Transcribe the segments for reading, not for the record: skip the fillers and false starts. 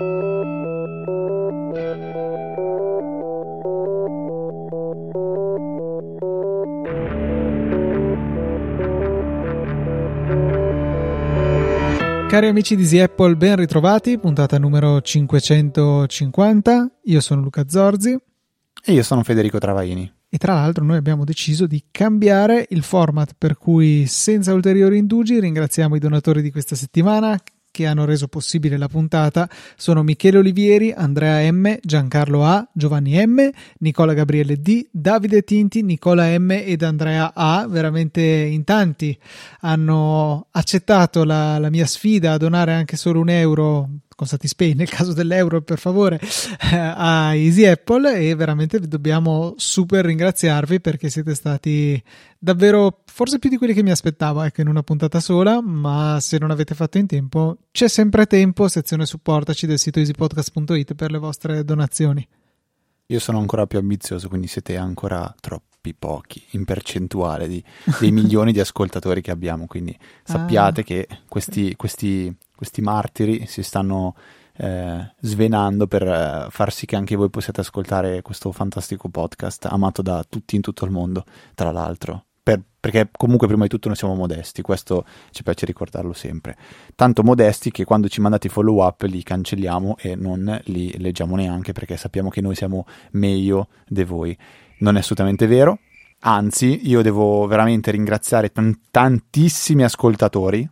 Cari amici di Easy Apple, ben ritrovati, puntata numero 550. Io sono Luca Zorzi. E io sono Federico Travaini. E tra l'altro noi abbiamo deciso di cambiare il format, per cui senza ulteriori indugi ringraziamo i donatori di questa settimana che hanno reso possibile la puntata. Sono Michele Olivieri, Andrea M, Giancarlo A, Giovanni M, Nicola Gabriele D, Davide Tinti, Nicola M ed Andrea A. Veramente in tanti hanno accettato la mia sfida a donare anche solo €1, con Satispay nel caso dell'euro per favore, a Easy Apple, e veramente dobbiamo super ringraziarvi perché siete stati davvero forse più di quelli che mi aspettavo, ecco, in una puntata sola. Ma se non avete fatto in tempo, c'è sempre tempo, sezione supportaci del sito easypodcast.it per le vostre donazioni. Io sono ancora più ambizioso, quindi siete ancora troppi pochi in percentuale dei milioni di ascoltatori che abbiamo, quindi sappiate che questi martiri si stanno svenando per far sì che anche voi possiate ascoltare questo fantastico podcast amato da tutti in tutto il mondo, tra l'altro. Perché comunque prima di tutto noi siamo modesti, questo ci piace ricordarlo sempre, tanto modesti che quando ci mandate i follow up li cancelliamo e non li leggiamo neanche, perché sappiamo che noi siamo meglio di voi. Non è assolutamente vero, anzi io devo veramente ringraziare tantissimi ascoltatori,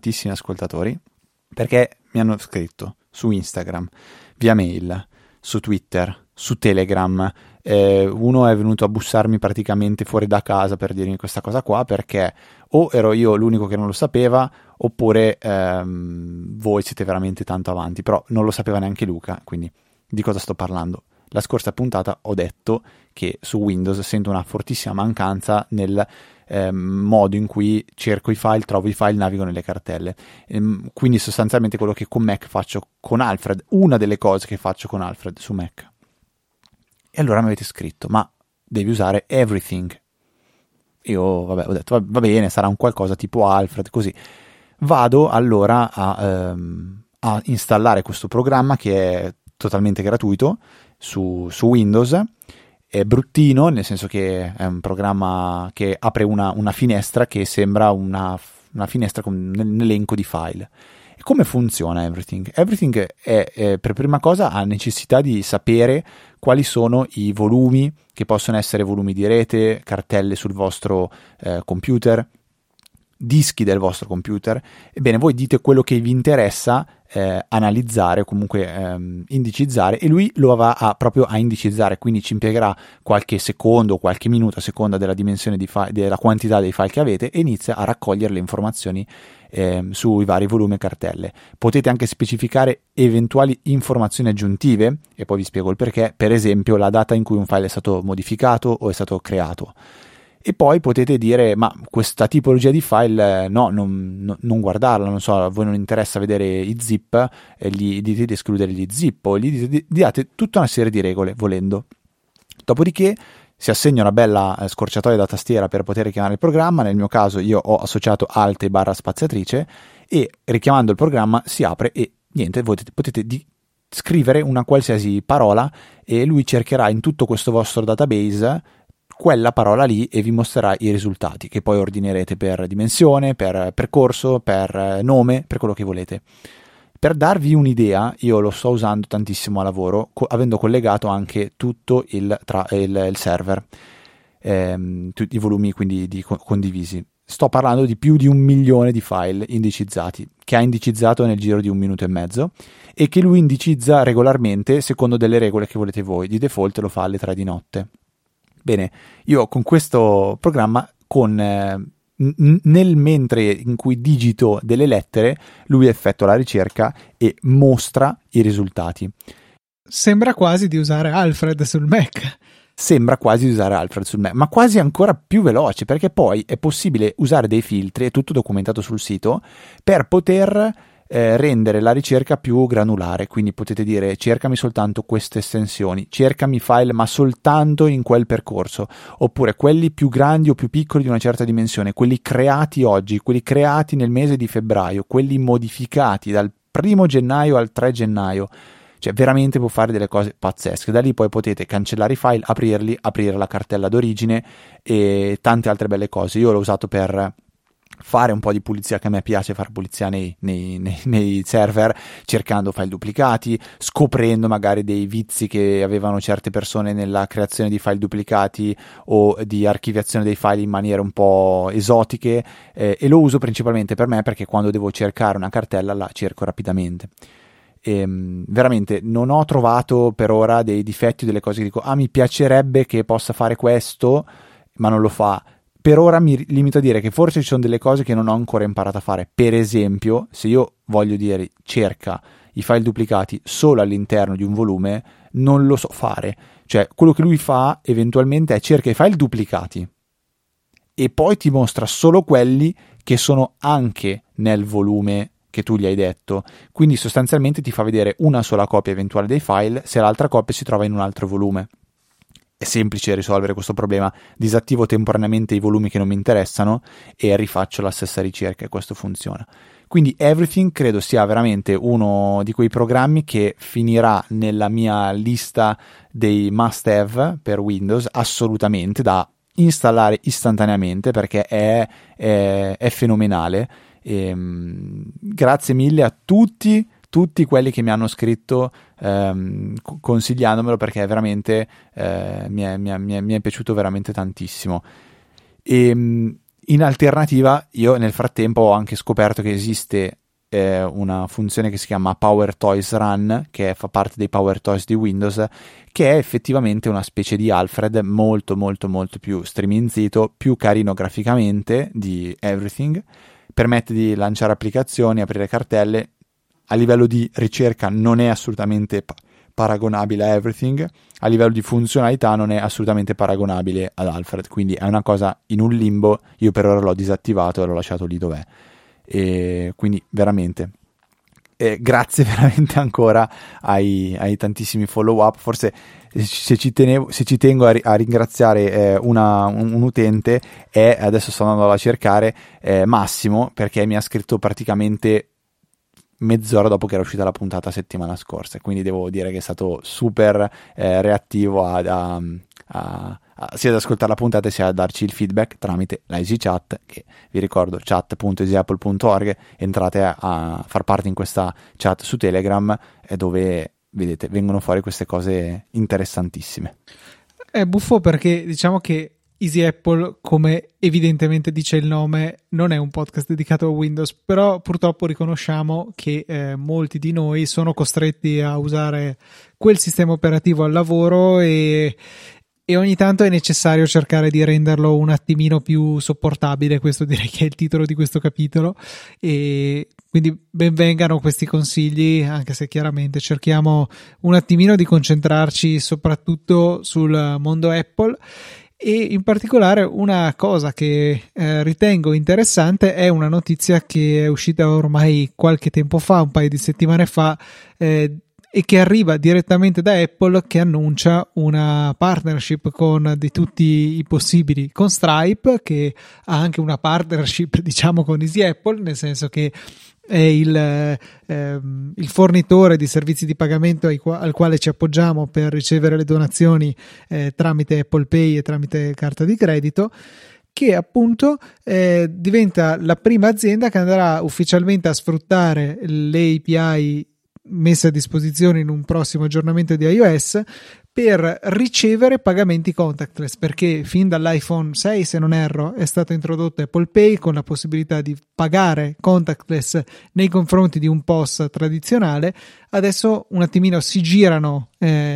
perché mi hanno scritto su Instagram, via mail, su Twitter, su Telegram. Uno è venuto a bussarmi praticamente fuori da casa per dirmi questa cosa qua, perché o ero io l'unico che non lo sapeva, oppure voi siete veramente tanto avanti, però non lo sapeva neanche Luca. Quindi di cosa sto parlando? La scorsa puntata ho detto che su Windows sento una fortissima mancanza nel modo in cui cerco i file, trovo i file, navigo nelle cartelle. Quindi sostanzialmente quello che con Mac faccio con Alfred, una delle cose che faccio con Alfred su Mac. E allora mi avete scritto, ma devi usare Everything. Io ho detto va bene, sarà un qualcosa tipo Alfred, così. Vado allora a installare questo programma che è totalmente gratuito su Windows. È bruttino, nel senso che è un programma che apre una finestra che sembra una finestra con un elenco di file. E come funziona Everything? Everything è per prima cosa ha necessità di sapere quali sono i volumi, che possono essere volumi di rete, cartelle sul vostro computer, dischi del vostro computer. Ebbene, voi dite quello che vi interessa analizzare o comunque indicizzare, e lui lo va proprio a indicizzare, quindi ci impiegherà qualche secondo, qualche minuto a seconda della dimensione della quantità dei file che avete, e inizia a raccogliere le informazioni sui vari volumi e cartelle. Potete anche specificare eventuali informazioni aggiuntive, e poi vi spiego il perché, per esempio la data in cui un file è stato modificato o è stato creato. E poi potete dire, ma questa tipologia di file no, non guardarla, non so, a voi non interessa vedere i zip, gli dite di escludere gli zip, o gli date tutta una serie di regole, volendo. Dopodiché si assegna una bella scorciatoia da tastiera per poter chiamare il programma. Nel mio caso io ho associato alt/spaziatrice, e richiamando il programma si apre e niente, voi potete scrivere una qualsiasi parola e lui cercherà in tutto questo vostro database quella parola lì e vi mostrerà i risultati, che poi ordinerete per dimensione, per percorso, per nome, per quello che volete. Per darvi un'idea, io lo sto usando tantissimo a lavoro, avendo collegato anche tutto il server, tutti i volumi quindi condivisi. Sto parlando di più di 1 milione di file indicizzati, che ha indicizzato nel giro di 1 minuto e mezzo, e che lui indicizza regolarmente secondo delle regole che volete voi. Di default lo fa alle 3 di notte. Bene, io con questo programma, nel mentre in cui digito delle lettere, lui effettua la ricerca e mostra i risultati. Sembra quasi di usare Alfred sul Mac. Ma quasi ancora più veloce, perché poi è possibile usare dei filtri, è tutto documentato sul sito, per poter rendere la ricerca più granulare. Quindi potete dire: cercami soltanto queste estensioni, cercami file ma soltanto in quel percorso, oppure quelli più grandi o più piccoli di una certa dimensione, quelli creati oggi, quelli creati nel mese di febbraio, quelli modificati dal 1 gennaio al 3 gennaio. cioè veramente può fare delle cose pazzesche. Da lì poi potete cancellare i file, aprirli, aprire la cartella d'origine e tante altre belle cose. Io l'ho usato per fare un po' di pulizia, che a me piace fare pulizia nei server, cercando file duplicati, scoprendo magari dei vizi che avevano certe persone nella creazione di file duplicati o di archiviazione dei file in maniere un po' esotiche, e lo uso principalmente per me, perché quando devo cercare una cartella la cerco rapidamente. Veramente non ho trovato per ora dei difetti o delle cose che dico mi piacerebbe che possa fare questo ma non lo fa. Per ora mi limito a dire che forse ci sono delle cose che non ho ancora imparato a fare. Per esempio, se io voglio dire cerca i file duplicati solo all'interno di un volume, non lo so fare. Cioè, quello che lui fa eventualmente è cerca i file duplicati e poi ti mostra solo quelli che sono anche nel volume che tu gli hai detto. Quindi sostanzialmente ti fa vedere una sola copia eventuale dei file se l'altra copia si trova in un altro volume. È semplice risolvere questo problema: disattivo temporaneamente i volumi che non mi interessano e rifaccio la stessa ricerca, e questo funziona. Quindi Everything credo sia veramente uno di quei programmi che finirà nella mia lista dei must have per Windows, assolutamente da installare istantaneamente, perché è fenomenale. Grazie mille a tutti quelli che mi hanno scritto consigliandomelo, perché veramente mi è piaciuto veramente tantissimo. E in alternativa io nel frattempo ho anche scoperto che esiste una funzione che si chiama Power Toys Run, che fa parte dei Power Toys di Windows, che è effettivamente una specie di Alfred molto molto molto più striminzito, più carino graficamente di Everything. Permette di lanciare applicazioni, aprire cartelle. A livello di ricerca non è assolutamente paragonabile a Everything, a livello di funzionalità non è assolutamente paragonabile ad Alfred, quindi è una cosa in un limbo. Io per ora l'ho disattivato e l'ho lasciato lì dov'è, e quindi veramente grazie veramente ancora ai tantissimi follow up. Forse se ci tengo a ringraziare un utente, adesso sto andando a cercare, Massimo, perché mi ha scritto praticamente mezz'ora dopo che era uscita la puntata settimana scorsa, quindi devo dire che è stato super reattivo sia ad ascoltare la puntata sia a darci il feedback tramite la EasyChat, che vi ricordo chat.easyapple.org. Entrate a far parte in questa chat su Telegram, dove vedete vengono fuori queste cose interessantissime. È buffo perché diciamo che Easy Apple, come evidentemente dice il nome, non è un podcast dedicato a Windows, però purtroppo riconosciamo che molti di noi sono costretti a usare quel sistema operativo al lavoro e ogni tanto è necessario cercare di renderlo un attimino più sopportabile. Questo direi che è il titolo di questo capitolo, e quindi benvengano questi consigli, anche se chiaramente cerchiamo un attimino di concentrarci soprattutto sul mondo Apple. E in particolare una cosa che ritengo interessante è una notizia che è uscita ormai qualche tempo fa, un paio di settimane fa, e che arriva direttamente da Apple, che annuncia una partnership con di tutti i possibili, con Stripe, che ha anche una partnership diciamo con Easy Apple, nel senso che è il fornitore di servizi di pagamento al quale ci appoggiamo per ricevere le donazioni tramite Apple Pay e tramite carta di credito, che appunto diventa la prima azienda che andrà ufficialmente a sfruttare le API messe a disposizione in un prossimo aggiornamento di iOS per ricevere pagamenti contactless, perché fin dall'iPhone 6, se non erro, è stato introdotto Apple Pay con la possibilità di pagare contactless nei confronti di un POS tradizionale. Adesso un attimino si girano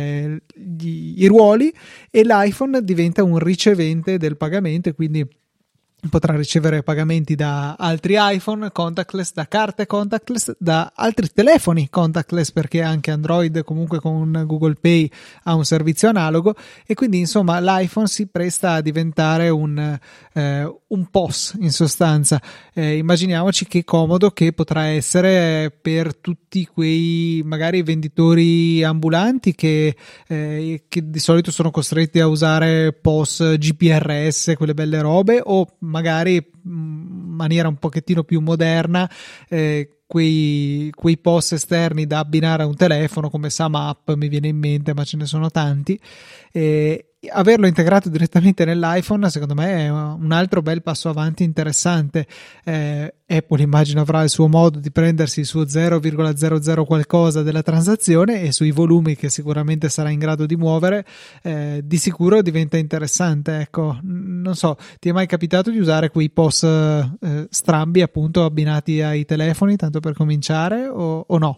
i ruoli e l'iPhone diventa un ricevente del pagamento, e quindi potrà ricevere pagamenti da altri iPhone contactless, da carte contactless, da altri telefoni contactless, perché anche Android comunque con Google Pay ha un servizio analogo, e quindi insomma l'iPhone si presta a diventare un POS in sostanza. Immaginiamoci che comodo che potrà essere per tutti quei magari venditori ambulanti che di solito sono costretti a usare POS GPRS, quelle belle robe, o magari in maniera un pochettino più moderna quei POS esterni da abbinare a un telefono come SumUp, mi viene in mente, ma ce ne sono tanti. Averlo integrato direttamente nell'iPhone secondo me è un altro bel passo avanti interessante. Apple immagino avrà il suo modo di prendersi il suo 0,00 qualcosa della transazione, e sui volumi che sicuramente sarà in grado di muovere di sicuro diventa interessante. Ecco, non so, ti è mai capitato di usare quei POS strambi appunto abbinati ai telefoni, tanto per cominciare, o no?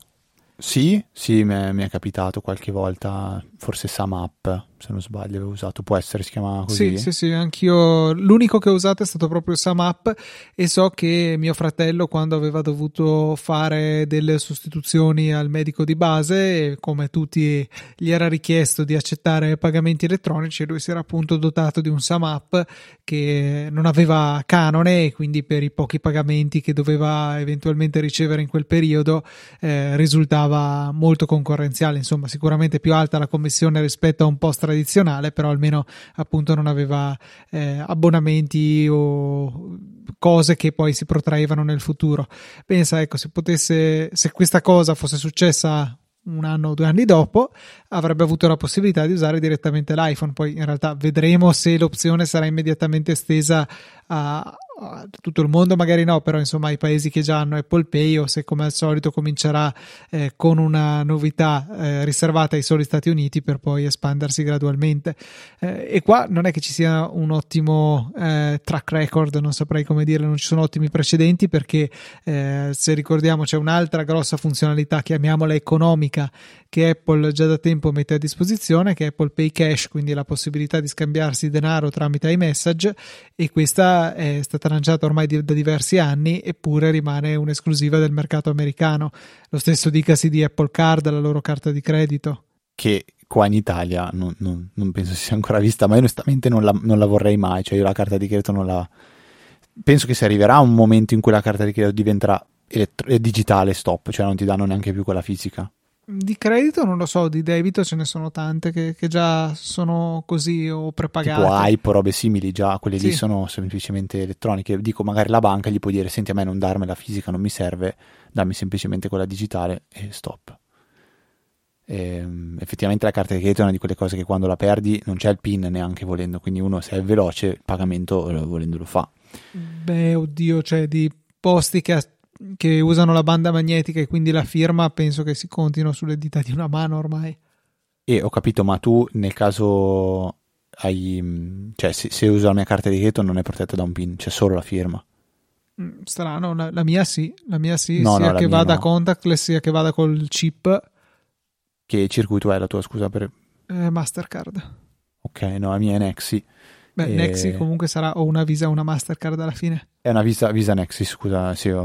Sì, mi è capitato qualche volta, forse SumUp, se non sbaglio, avevo usato, può essere, si chiama così? Sì, anch'io. L'unico che ho usato è stato proprio SumUp, e so che mio fratello, quando aveva dovuto fare delle sostituzioni al medico di base, come tutti, gli era richiesto di accettare pagamenti elettronici, e lui si era appunto dotato di un SumUp che non aveva canone, e quindi per i pochi pagamenti che doveva eventualmente ricevere in quel periodo risultava molto concorrenziale. Insomma, sicuramente più alta la commissione rispetto a un POS tradizionale, però almeno appunto non aveva abbonamenti o cose che poi si protraevano nel futuro. Pensa, ecco, se questa cosa fosse successa 1 anno o 2 anni dopo, avrebbe avuto la possibilità di usare direttamente l'iPhone. Poi in realtà vedremo se l'opzione sarà immediatamente estesa a tutto il mondo, magari no, però insomma ai paesi che già hanno Apple Pay, o se come al solito comincerà con una novità riservata ai soli Stati Uniti per poi espandersi gradualmente. E qua non è che ci sia un ottimo track record, non saprei come dire, non ci sono ottimi precedenti, perché se ricordiamo c'è un'altra grossa funzionalità, chiamiamola economica, che Apple già da tempo mette a disposizione, che è Apple Pay Cash, quindi la possibilità di scambiarsi denaro tramite iMessage, e questa è stata lanciata ormai da diversi anni, eppure rimane un'esclusiva del mercato americano. Lo stesso dicasi di Apple Card, la loro carta di credito, che qua in Italia non penso si sia ancora vista, ma io onestamente non la vorrei mai. Cioè io la carta di credito non la... Penso che si arriverà a un momento in cui la carta di credito diventerà digitale, stop, cioè non ti danno neanche più quella fisica. Di credito non lo so, di debito ce ne sono tante che già sono così o prepagate. Tipo Hype o robe simili, già quelle lì Sì. sono semplicemente elettroniche. Dico, magari la banca gli può dire: senti, a me non darmela fisica non mi serve, dammi semplicemente quella digitale, e stop. Effettivamente la carta di credito è una di quelle cose che quando la perdi non c'è il PIN neanche volendo, quindi uno, se è veloce, il pagamento volendo lo fa. Beh, oddio, cioè di posti che usano la banda magnetica e quindi la firma, penso che si contino sulle dita di una mano ormai. E ho capito, ma tu nel caso cioè se uso la mia carta di credito non è protetta da un PIN, c'è solo la firma. Strano, la mia sì, No, sia no, la che mia vada no. contactless sia che vada col chip. Che circuito è la tua, scusa? Mastercard. Ok, no, la mia è Nexi. Beh, Nexi comunque sarà o una Visa o una Mastercard alla fine. È una Visa Nexi, scusa, sì,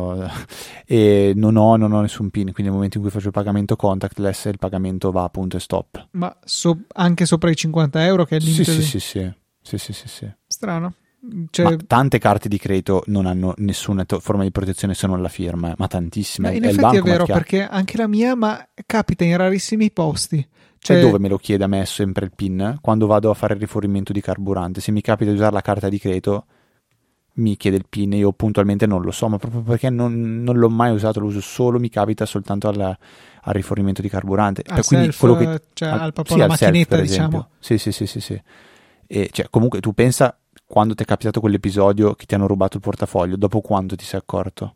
e non ho nessun PIN, quindi nel momento in cui faccio il pagamento contactless, il pagamento va appunto e stop. Ma anche sopra i 50 euro, che è il limite? Sì. Strano. Cioè, ma tante carte di credito non hanno nessuna forma di protezione se non la firma, ma tantissime. in è il effetti è bancomat vero, che perché anche la mia, ma capita in rarissimi posti. Cioè, dove me lo chiede a me sempre il PIN? Quando vado a fare il rifornimento di carburante, se mi capita di usare la carta di credito mi chiede il PIN, io puntualmente non lo so, ma proprio perché non l'ho mai usato, lo uso solo, mi capita soltanto al rifornimento di carburante. Quindi quello che, cioè proprio sì, la al macchinetta, self, per diciamo. Sì. E cioè, comunque tu pensa, quando ti è capitato quell'episodio che ti hanno rubato il portafoglio, dopo quanto ti sei accorto?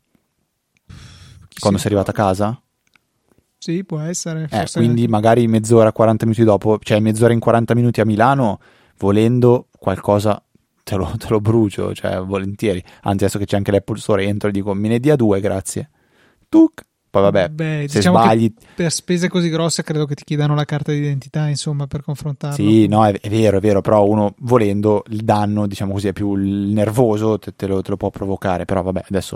Quando sei arrivato a casa? Sì, può essere. Forse... Quindi magari mezz'ora, 40 minuti dopo, cioè mezz'ora in 40 minuti a Milano, volendo qualcosa te lo brucio, cioè volentieri. Anzi, adesso che c'è anche l'Apple Store, entro e dico: me ne dia 2, grazie. Tuc. Poi vabbè, se diciamo sbagli... per spese così grosse credo che ti chiedano la carta d'identità, insomma, per confrontarlo. Sì, no, è vero, però uno volendo il danno, diciamo così, è più il nervoso, te lo può provocare, però vabbè, adesso...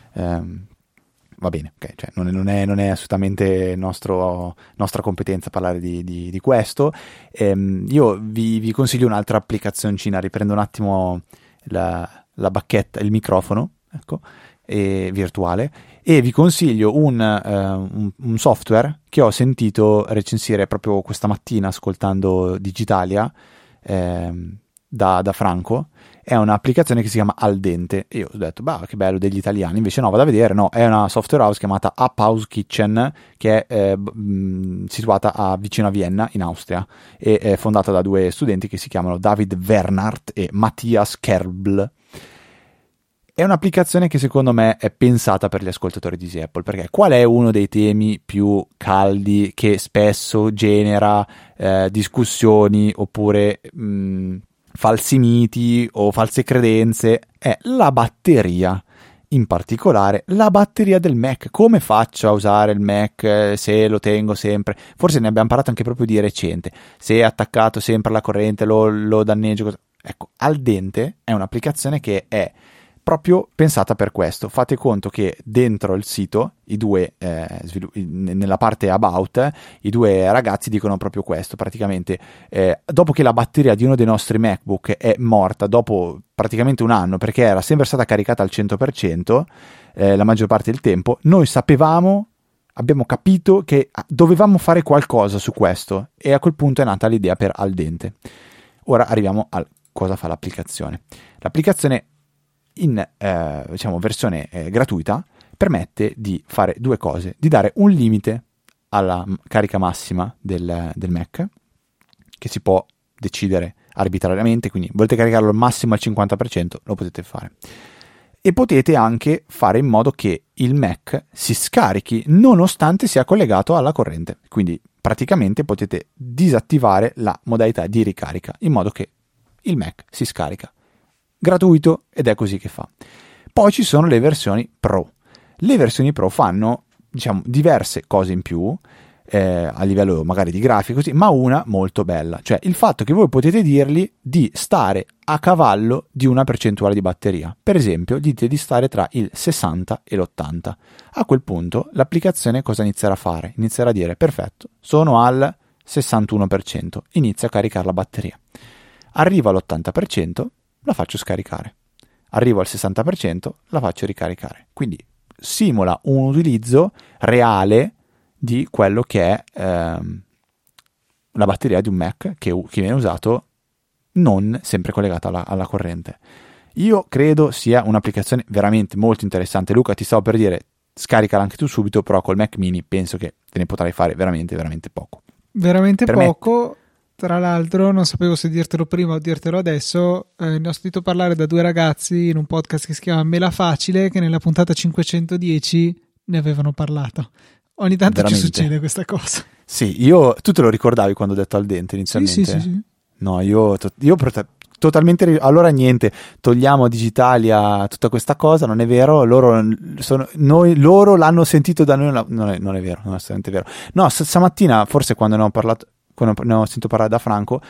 va bene, okay, cioè non è assolutamente nostra competenza parlare di questo. Io vi consiglio un'altra applicazioncina, riprendo un attimo la bacchetta, il microfono, ecco, virtuale, e vi consiglio un software che ho sentito recensire proprio questa mattina ascoltando Digitalia, da Franco, è un'applicazione che si chiama Al Dente, e io ho detto, bah, che bello, degli italiani. Invece no, vado a vedere, no, è una software house chiamata Up House Kitchen, che è situata vicino a Vienna, in Austria, e è fondata da due studenti che si chiamano David Wernhardt e Matthias Kerbl. È un'applicazione che secondo me è pensata per gli ascoltatori di Easy Apple, perché qual è uno dei temi più caldi che spesso genera discussioni oppure falsi miti o false credenze? È la batteria, in particolare la batteria del Mac. Come faccio a usare il Mac se lo tengo sempre? Forse ne abbiamo parlato anche proprio di recente, se è attaccato sempre alla corrente lo danneggio. Ecco, Al Dente è un'applicazione che è proprio pensata per questo. Fate conto che dentro il sito, i due nella parte about, i due ragazzi dicono proprio questo. Praticamente, dopo che la batteria di uno dei nostri MacBook è morta dopo praticamente un anno, perché era sempre stata caricata al 100% la maggior parte del tempo, noi abbiamo capito che dovevamo fare qualcosa su questo, e a quel punto è nata l'idea per Al Dente. Ora arriviamo a cosa fa l'applicazione. L'applicazione in versione gratuita permette di fare due cose: di dare un limite alla carica massima del Mac, che si può decidere arbitrariamente, quindi volete caricarlo al massimo al 50%, lo potete fare, e potete anche fare in modo che il Mac si scarichi nonostante sia collegato alla corrente. Quindi praticamente potete disattivare la modalità di ricarica in modo che il Mac si scarica. Gratuito, ed è così che fa. Poi ci sono le versioni Pro. Le versioni Pro fanno, diverse cose in più a livello magari di grafica, così, ma una molto bella, cioè il fatto che voi potete dirgli di stare a cavallo di una percentuale di batteria. Per esempio, dite di stare tra il 60 e l'80. A quel punto l'applicazione cosa inizierà a fare? Inizierà a dire: perfetto, sono al 61%, inizia a caricare la batteria. Arrivo all'80%, la faccio scaricare. Arrivo al 60%, la faccio ricaricare. Quindi simula un utilizzo reale di quello che è la batteria di un Mac che viene usato non sempre collegata alla corrente. Io credo sia un'applicazione veramente molto interessante. Luca, ti stavo per dire, scaricala anche tu subito, però col Mac mini penso che te ne potrai fare veramente, veramente poco. Veramente poco. Tra l'altro, non sapevo se dirtelo prima o dirtelo adesso, ne ho sentito parlare da due ragazzi in un podcast che si chiama Mela Facile, che nella puntata 510 ne avevano parlato. Ogni tanto veramente ci succede questa cosa. Sì, tu te lo ricordavi quando ho detto Al Dente inizialmente? Sì. No, io totalmente. Allora niente, togliamo Digitalia, tutta questa cosa, non è vero, loro l'hanno sentito da noi, non è vero, non è assolutamente vero. No, stamattina, forse quando ne ho sentito parlare da Franco,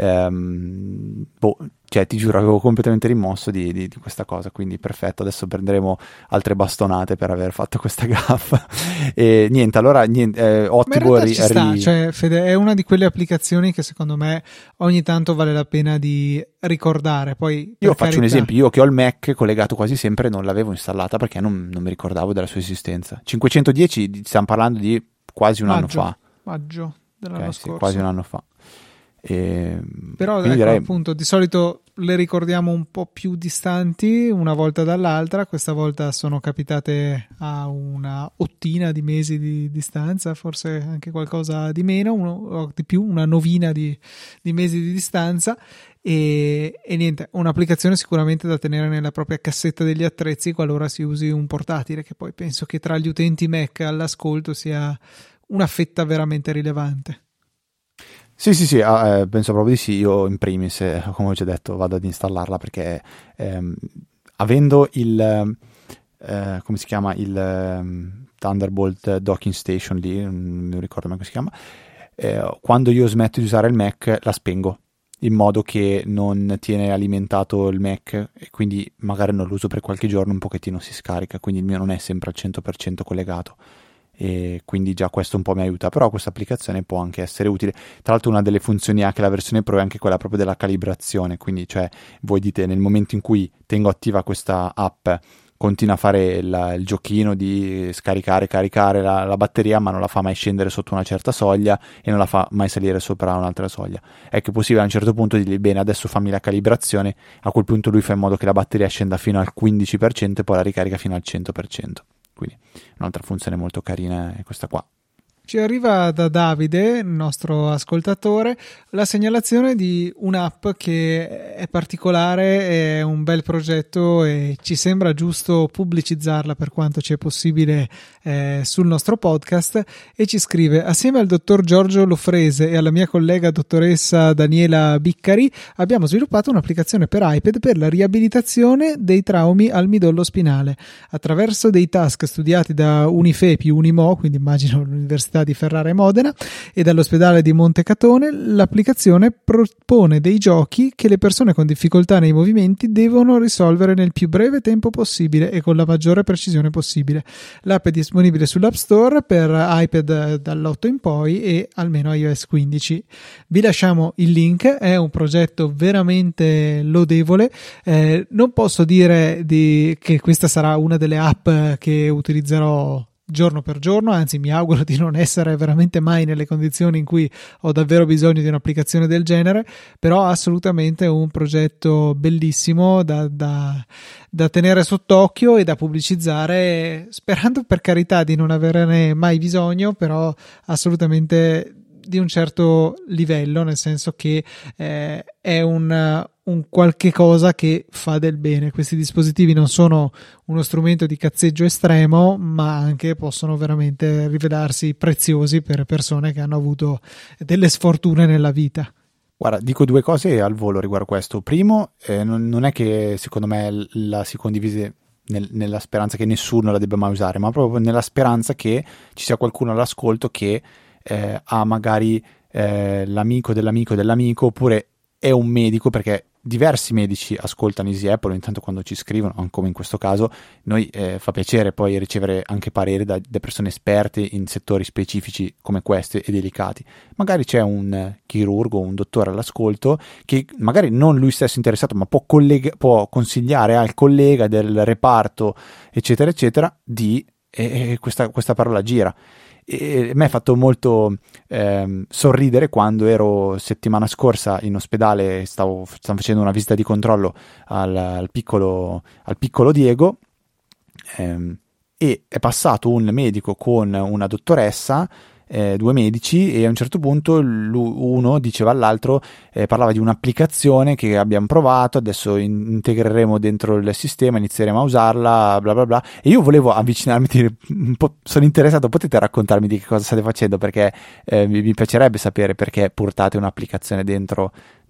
cioè ti giuro, avevo completamente rimosso di questa cosa, quindi perfetto, adesso prenderemo altre bastonate per aver fatto questa gaffa. E niente, allora ottimo. Ma ci sta, cioè, Fede, è una di quelle applicazioni che secondo me ogni tanto vale la pena di ricordare. Poi io faccio un esempio: io che ho il Mac collegato quasi sempre non l'avevo installata perché non mi ricordavo della sua esistenza. 510, stiamo parlando di quasi un anno fa. Maggio dell'anno scorso. Sì, quasi un anno fa. Però ecco, direi, appunto, di solito le ricordiamo un po' più distanti una volta dall'altra. Questa volta sono capitate a una ottina di mesi di distanza, forse anche qualcosa di meno o di più, una novina di mesi di distanza. E niente, un'applicazione sicuramente da tenere nella propria cassetta degli attrezzi qualora si usi un portatile, che poi penso che tra gli utenti Mac all'ascolto sia una fetta veramente rilevante. Sì, penso proprio di sì. Io in primis, come ho già detto, vado ad installarla perché avendo il come si chiama, il Thunderbolt Docking Station lì, non mi ricordo mai come si chiama, quando io smetto di usare il Mac la spengo, in modo che non tiene alimentato il Mac e quindi magari non lo uso per qualche giorno, un pochettino si scarica, quindi il mio non è sempre al 100% collegato. E quindi già questo un po' mi aiuta, però questa applicazione può anche essere utile. Tra l'altro una delle funzioni anche la versione Pro è anche quella proprio della calibrazione, quindi cioè voi dite: nel momento in cui tengo attiva questa app continua a fare il giochino di scaricare, caricare la batteria, ma non la fa mai scendere sotto una certa soglia e non la fa mai salire sopra un'altra soglia. È che è possibile a un certo punto dirgli bene, adesso fammi la calibrazione, a quel punto lui fa in modo che la batteria scenda fino al 15% e poi la ricarica fino al 100%. Quindi un'altra funzione molto carina è questa qua. Ci arriva da Davide, il nostro ascoltatore, la segnalazione di un'app che è particolare, è un bel progetto e ci sembra giusto pubblicizzarla per quanto ci è possibile sul nostro podcast, e ci scrive: assieme al dottor Giorgio Lofrese e alla mia collega dottoressa Daniela Biccari abbiamo sviluppato un'applicazione per iPad per la riabilitazione dei traumi al midollo spinale. Attraverso dei task studiati da Unifepi Unimo, quindi immagino l'università di Ferrara e Modena, e dall'ospedale di Montecatone, l'applicazione propone dei giochi che le persone con difficoltà nei movimenti devono risolvere nel più breve tempo possibile e con la maggiore precisione possibile. L'app è disponibile sull'App Store per iPad dall'8 in poi e almeno iOS 15. Vi lasciamo il link, è un progetto veramente lodevole. Non posso dire che questa sarà una delle app che utilizzerò giorno per giorno, anzi mi auguro di non essere veramente mai nelle condizioni in cui ho davvero bisogno di un'applicazione del genere, però assolutamente un progetto bellissimo da tenere sott'occhio e da pubblicizzare, sperando per carità di non averne mai bisogno, però assolutamente di un certo livello, nel senso che è un qualche cosa che fa del bene. Questi dispositivi non sono uno strumento di cazzeggio estremo, ma anche possono veramente rivelarsi preziosi per persone che hanno avuto delle sfortune nella vita. Guarda, dico due cose al volo riguardo questo. Primo, non è che secondo me la si condivise nella speranza che nessuno la debba mai usare, ma proprio nella speranza che ci sia qualcuno all'ascolto che ha magari l'amico dell'amico dell'amico, oppure è un medico, perché diversi medici ascoltano Easy Apple intanto quando ci scrivono, come in questo caso. Noi fa piacere poi ricevere anche pareri da persone esperte in settori specifici come questi e delicati. Magari c'è un chirurgo, un dottore all'ascolto che magari non lui stesso interessato, ma può consigliare al collega del reparto eccetera eccetera di questa parola gira. E mi ha fatto molto sorridere quando ero settimana scorsa in ospedale, stavo facendo una visita di controllo al piccolo Diego, e è passato un medico con una dottoressa, due medici, e a un certo punto uno diceva all'altro, parlava di un'applicazione che abbiamo provato, adesso integreremo dentro il sistema, inizieremo a usarla, bla bla bla, e io volevo avvicinarmi e dire, sono interessato, potete raccontarmi di che cosa state facendo, perché mi piacerebbe sapere perché portate un'applicazione dentro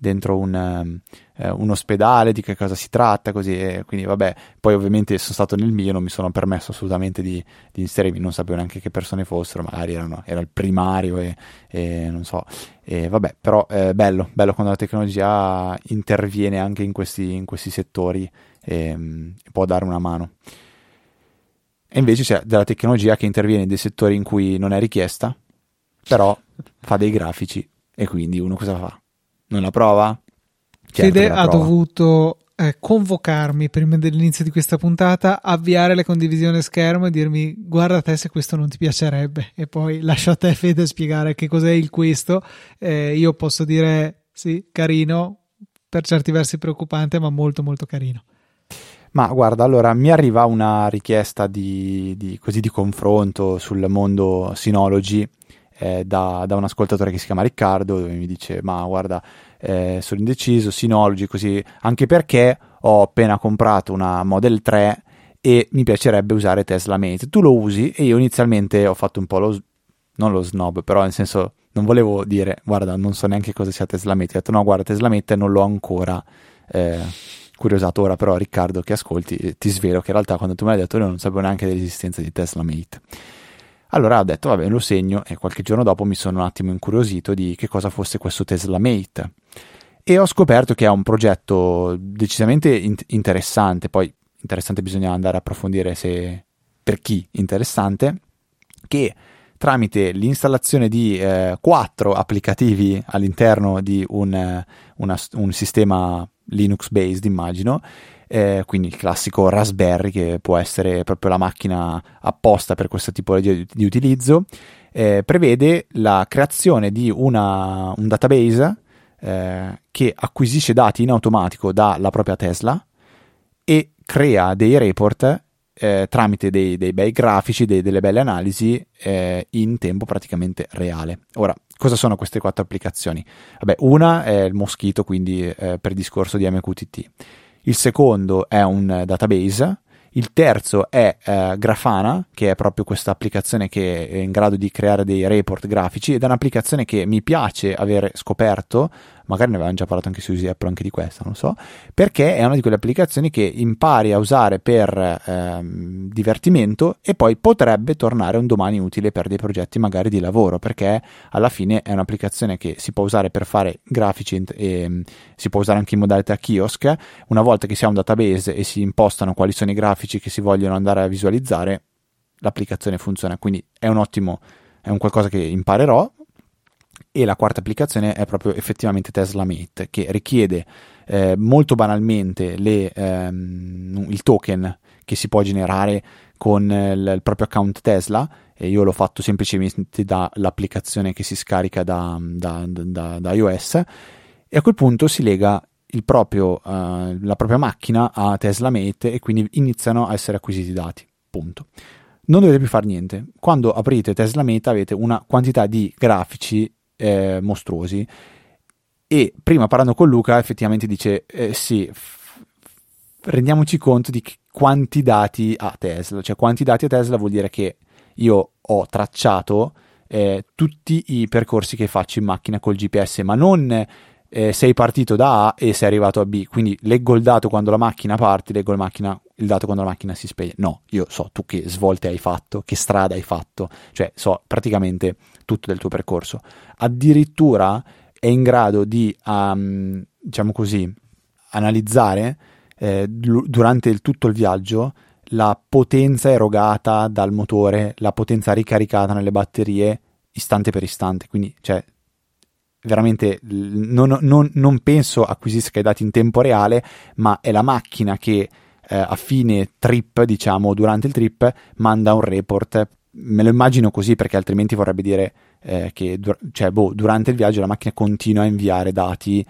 un ospedale, di che cosa si tratta, così. E quindi vabbè, poi ovviamente sono stato nel mio, non mi sono permesso assolutamente di inserirmi, non sapevo neanche che persone fossero, magari era il primario e non so, e vabbè, però bello quando la tecnologia interviene anche in questi settori e può dare una mano. E invece c'è della tecnologia che interviene in dei settori in cui non è richiesta, però fa dei grafici, e quindi uno cosa fa? Non la prova? Fede ha dovuto convocarmi prima dell'inizio di questa puntata, avviare le condivisioni schermo e dirmi: guarda te se questo non ti piacerebbe, e poi lascio a te, Fede, spiegare che cos'è il questo. Io posso dire sì, carino, per certi versi preoccupante, ma molto molto carino. Ma guarda, allora mi arriva una richiesta di confronto sul mondo Synology da un ascoltatore che si chiama Riccardo, dove mi dice: ma guarda, sono indeciso, Synology, così, anche perché ho appena comprato una Model 3 e mi piacerebbe usare TeslaMate. Tu lo usi? E io inizialmente ho fatto un po' non lo snob, però nel senso, non volevo dire guarda, non so neanche cosa sia TeslaMate. Ho detto no, guarda, TeslaMate non l'ho ancora curiosato. Ora però, Riccardo, che ascolti, ti svelo che in realtà quando tu me l'hai detto io non sapevo neanche dell'esistenza di TeslaMate. Allora ho detto vabbè, lo segno, e qualche giorno dopo mi sono un attimo incuriosito di che cosa fosse questo TeslaMate, e ho scoperto che è un progetto decisamente interessante. Poi interessante bisogna andare a approfondire per chi interessante, che tramite l'installazione di 4 applicativi all'interno di un sistema Linux based, immagino, quindi il classico Raspberry, che può essere proprio la macchina apposta per questa tipologia di utilizzo, prevede la creazione di un database che acquisisce dati in automatico dalla propria Tesla e crea dei report tramite dei bei grafici, delle belle analisi in tempo praticamente reale. Ora, cosa sono queste 4 applicazioni? Vabbè, una è il Mosquito, quindi per discorso di MQTT. Il secondo è un database. Il terzo è Grafana, che è proprio questa applicazione che è in grado di creare dei report grafici, ed è un'applicazione che mi piace aver scoperto, magari ne avevamo già parlato anche su Easy Apple, anche di questa, non so, perché è una di quelle applicazioni che impari a usare per divertimento e poi potrebbe tornare un domani utile per dei progetti magari di lavoro, perché alla fine è un'applicazione che si può usare per fare grafici e si può usare anche in modalità kiosk. Una volta che si ha un database e si impostano quali sono i grafici che si vogliono andare a visualizzare, l'applicazione funziona, quindi è un qualcosa che imparerò. E la quarta applicazione è proprio effettivamente TeslaMate, che richiede molto banalmente il token che si può generare con il proprio account Tesla, e io l'ho fatto semplicemente dall'applicazione che si scarica da iOS, e a quel punto si lega la propria macchina a TeslaMate e quindi iniziano a essere acquisiti i dati, punto. Non dovete più fare niente. Quando aprite TeslaMate avete una quantità di grafici mostruosi, e prima parlando con Luca effettivamente dice sì, rendiamoci conto di quanti dati ha Tesla, cioè quanti dati ha Tesla vuol dire che io ho tracciato tutti i percorsi che faccio in macchina col GPS, ma non sei partito da A e sei arrivato a B, quindi leggo il dato quando la macchina parte, leggo il dato quando la macchina si spegne. No, io so tu che svolte hai fatto, che strada hai fatto, cioè so praticamente tutto del tuo percorso. Addirittura è in grado di, diciamo così, analizzare durante tutto il viaggio la potenza erogata dal motore, la potenza ricaricata nelle batterie istante per istante, quindi cioè veramente non penso acquisisca i dati in tempo reale, ma è la macchina che a fine trip, diciamo durante il trip, manda un report. Me lo immagino così, perché altrimenti vorrebbe dire che durante il viaggio la macchina continua a inviare dati,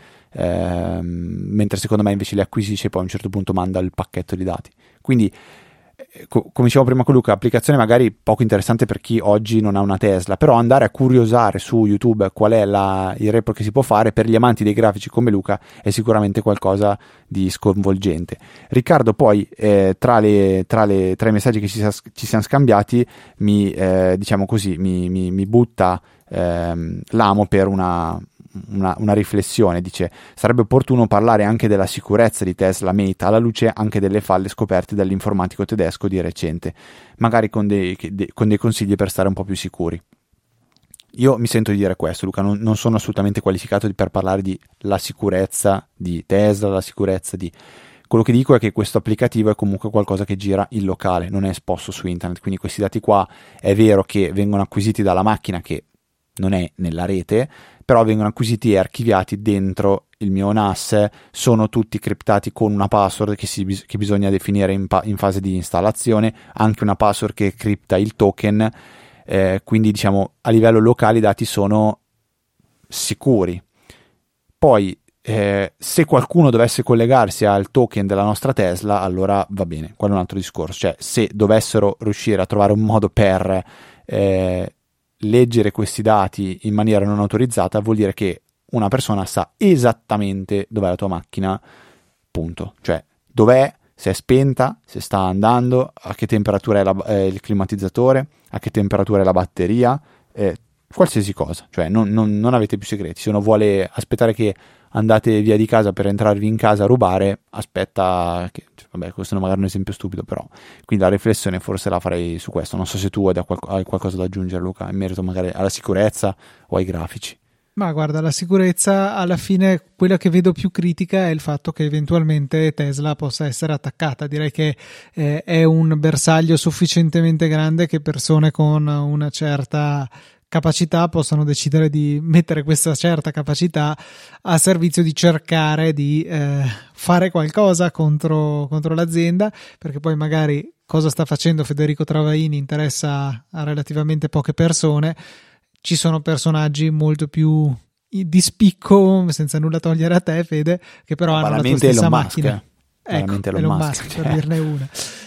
mentre secondo me invece li acquisisce e poi a un certo punto manda il pacchetto di dati. Quindi come dicevo prima con Luca, applicazione magari poco interessante per chi oggi non ha una Tesla, però andare a curiosare su YouTube qual è il report che si può fare per gli amanti dei grafici come Luca è sicuramente qualcosa di sconvolgente. Riccardo poi tra i messaggi che ci siamo scambiati diciamo così, mi butta l'amo per una riflessione. Dice: sarebbe opportuno parlare anche della sicurezza di TeslaMate alla luce anche delle falle scoperte dall'informatico tedesco di recente, magari con dei consigli per stare un po' più sicuri. Io mi sento di dire questo, Luca, non sono assolutamente qualificato per parlare di la sicurezza di Tesla, la sicurezza di... Quello che dico è che questo applicativo è comunque qualcosa che gira in locale, non è esposto su internet, quindi questi dati qua è vero che vengono acquisiti dalla macchina che non è nella rete, però vengono acquisiti e archiviati dentro il mio NAS, sono tutti criptati con una password che bisogna definire in fase di installazione, anche una password che cripta il token, quindi diciamo a livello locale i dati sono sicuri. Poi se qualcuno dovesse collegarsi al token della nostra Tesla, allora va bene, quello è un altro discorso, cioè se dovessero riuscire a trovare un modo per leggere questi dati in maniera non autorizzata, vuol dire che una persona sa esattamente dov'è la tua macchina, punto, cioè dov'è, se è spenta, se sta andando, a che temperatura è il climatizzatore, a che temperatura è la batteria, qualsiasi cosa, cioè non avete più segreti. Se uno vuole aspettare che andate via di casa per entrarvi in casa a rubare, aspetta che, vabbè, questo è magari un esempio stupido, però quindi la riflessione forse la farei su questo. Non so se tu hai qualcosa da aggiungere, Luca, in merito magari alla sicurezza o ai grafici. Ma guarda, la sicurezza, alla fine quella che vedo più critica è il fatto che eventualmente Tesla possa essere attaccata. Direi che è un bersaglio sufficientemente grande che persone con una certa capacità possano decidere di mettere questa certa capacità a servizio di cercare di fare qualcosa contro l'azienda, perché poi magari cosa sta facendo Federico Travaini interessa a relativamente poche persone. Ci sono personaggi molto più di spicco, senza nulla togliere a te, Fede, che però hanno la tua stessa macchina. Ecco, Elon Musk, per dirne una.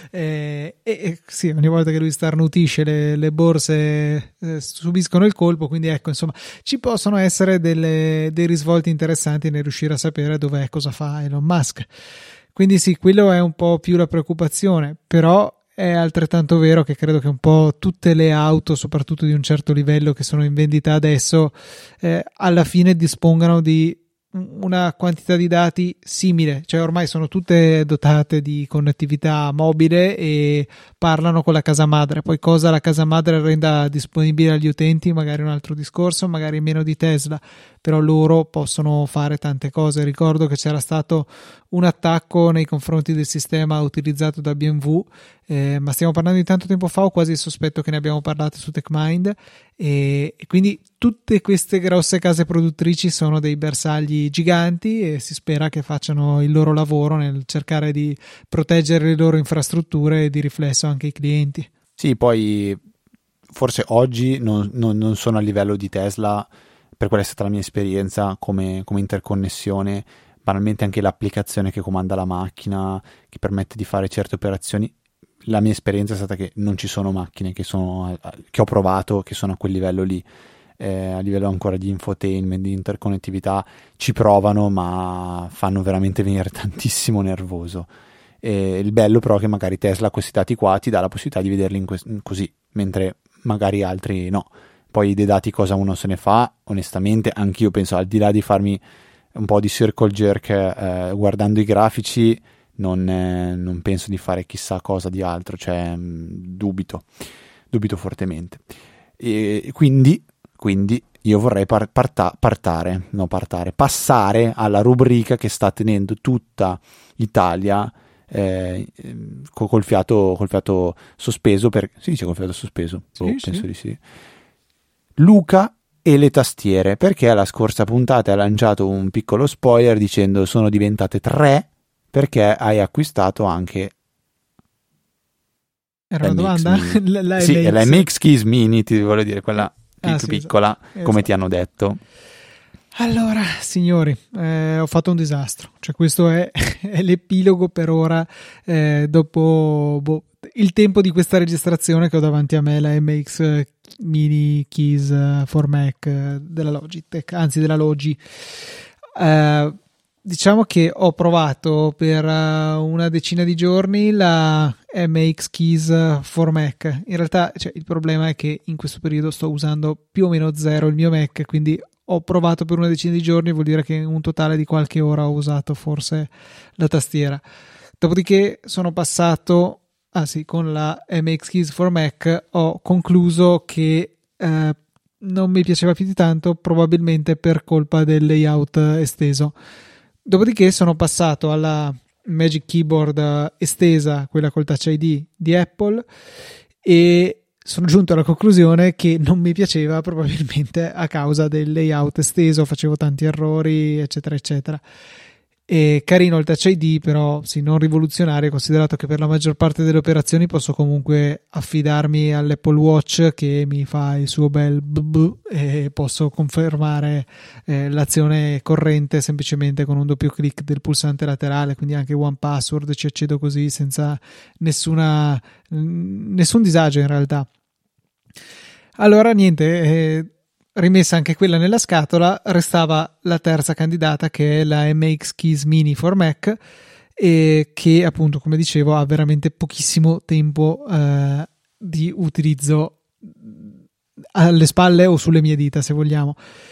Sì, ogni volta che lui starnutisce le borse subiscono il colpo, quindi ecco, insomma, ci possono essere dei risvolti interessanti nel riuscire a sapere dov'è, cosa fa Elon Musk. Quindi sì, quello è un po' più la preoccupazione, però è altrettanto vero che credo che un po' tutte le auto, soprattutto di un certo livello, che sono in vendita adesso, alla fine dispongano di una quantità di dati simile, cioè ormai sono tutte dotate di connettività mobile e parlano con la casa madre. Poi cosa la casa madre renda disponibile agli utenti magari un altro discorso, magari meno di Tesla, però loro possono fare tante cose. Ricordo che c'era stato un attacco nei confronti del sistema utilizzato da BMW, ma stiamo parlando di tanto tempo fa, ho quasi il sospetto che ne abbiamo parlato su TechMind, e quindi tutte queste grosse case produttrici sono dei bersagli giganti e si spera che facciano il loro lavoro nel cercare di proteggere le loro infrastrutture e di riflesso anche i clienti. Sì, poi forse oggi non sono a livello di Tesla, per quella è stata la mia esperienza come interconnessione, banalmente anche l'applicazione che comanda la macchina, che permette di fare certe operazioni. La mia esperienza è stata che non ci sono macchine che ho provato, che sono a quel livello lì, a livello ancora di infotainment, di interconnettività, ci provano, ma fanno veramente venire tantissimo nervoso. Il bello però è che magari Tesla questi dati qua ti dà la possibilità di vederli così, mentre magari altri no. Poi dei dati cosa uno se ne fa, onestamente, anch'io penso, al di là di farmi un po' di circle jerk guardando i grafici, non penso di fare chissà cosa di altro, cioè dubito fortemente. E quindi io vorrei passare alla rubrica che sta tenendo tutta Italia col fiato sospeso, si dice col fiato sospeso? Sì, penso sì. di sì. Luca e le tastiere, perché alla scorsa puntata hai lanciato un piccolo spoiler dicendo sono diventate 3 perché hai acquistato anche Era una domanda? Sì, è la MX Keys Mini, ti voglio dire, quella più sì, piccola, esatto. come ti hanno detto. Allora, signori, ho fatto un disastro, cioè questo è l'epilogo per ora, dopo il tempo di questa registrazione che ho davanti a me, la MX Mini Keys for Mac della Logitech, anzi della Logi. Diciamo che ho provato per una decina di giorni la MX Keys for Mac. In realtà, cioè, il problema è che in questo periodo sto usando più o meno zero il mio Mac, quindi ho provato per una decina di giorni, vuol dire che in un totale di qualche ora ho usato forse la tastiera. Dopodiché sono passato, con la MX Keys for Mac ho concluso che non mi piaceva più di tanto, probabilmente per colpa del layout esteso. Dopodiché sono passato alla Magic Keyboard estesa, quella col Touch ID di Apple, e sono giunto alla conclusione che non mi piaceva probabilmente a causa del layout esteso, facevo tanti errori, eccetera, eccetera. E carino il Touch ID, però sì, non rivoluzionario, considerato che per la maggior parte delle operazioni posso comunque affidarmi all'Apple Watch che mi fa il suo bel e posso confermare l'azione corrente semplicemente con un doppio clic del pulsante laterale, quindi anche One Password ci accedo così senza nessun disagio in realtà. Allora niente, rimessa anche quella nella scatola, restava la terza candidata che è la MX Keys Mini for Mac, e che appunto, come dicevo, ha veramente pochissimo tempo di utilizzo alle spalle o sulle mie dita, se vogliamo.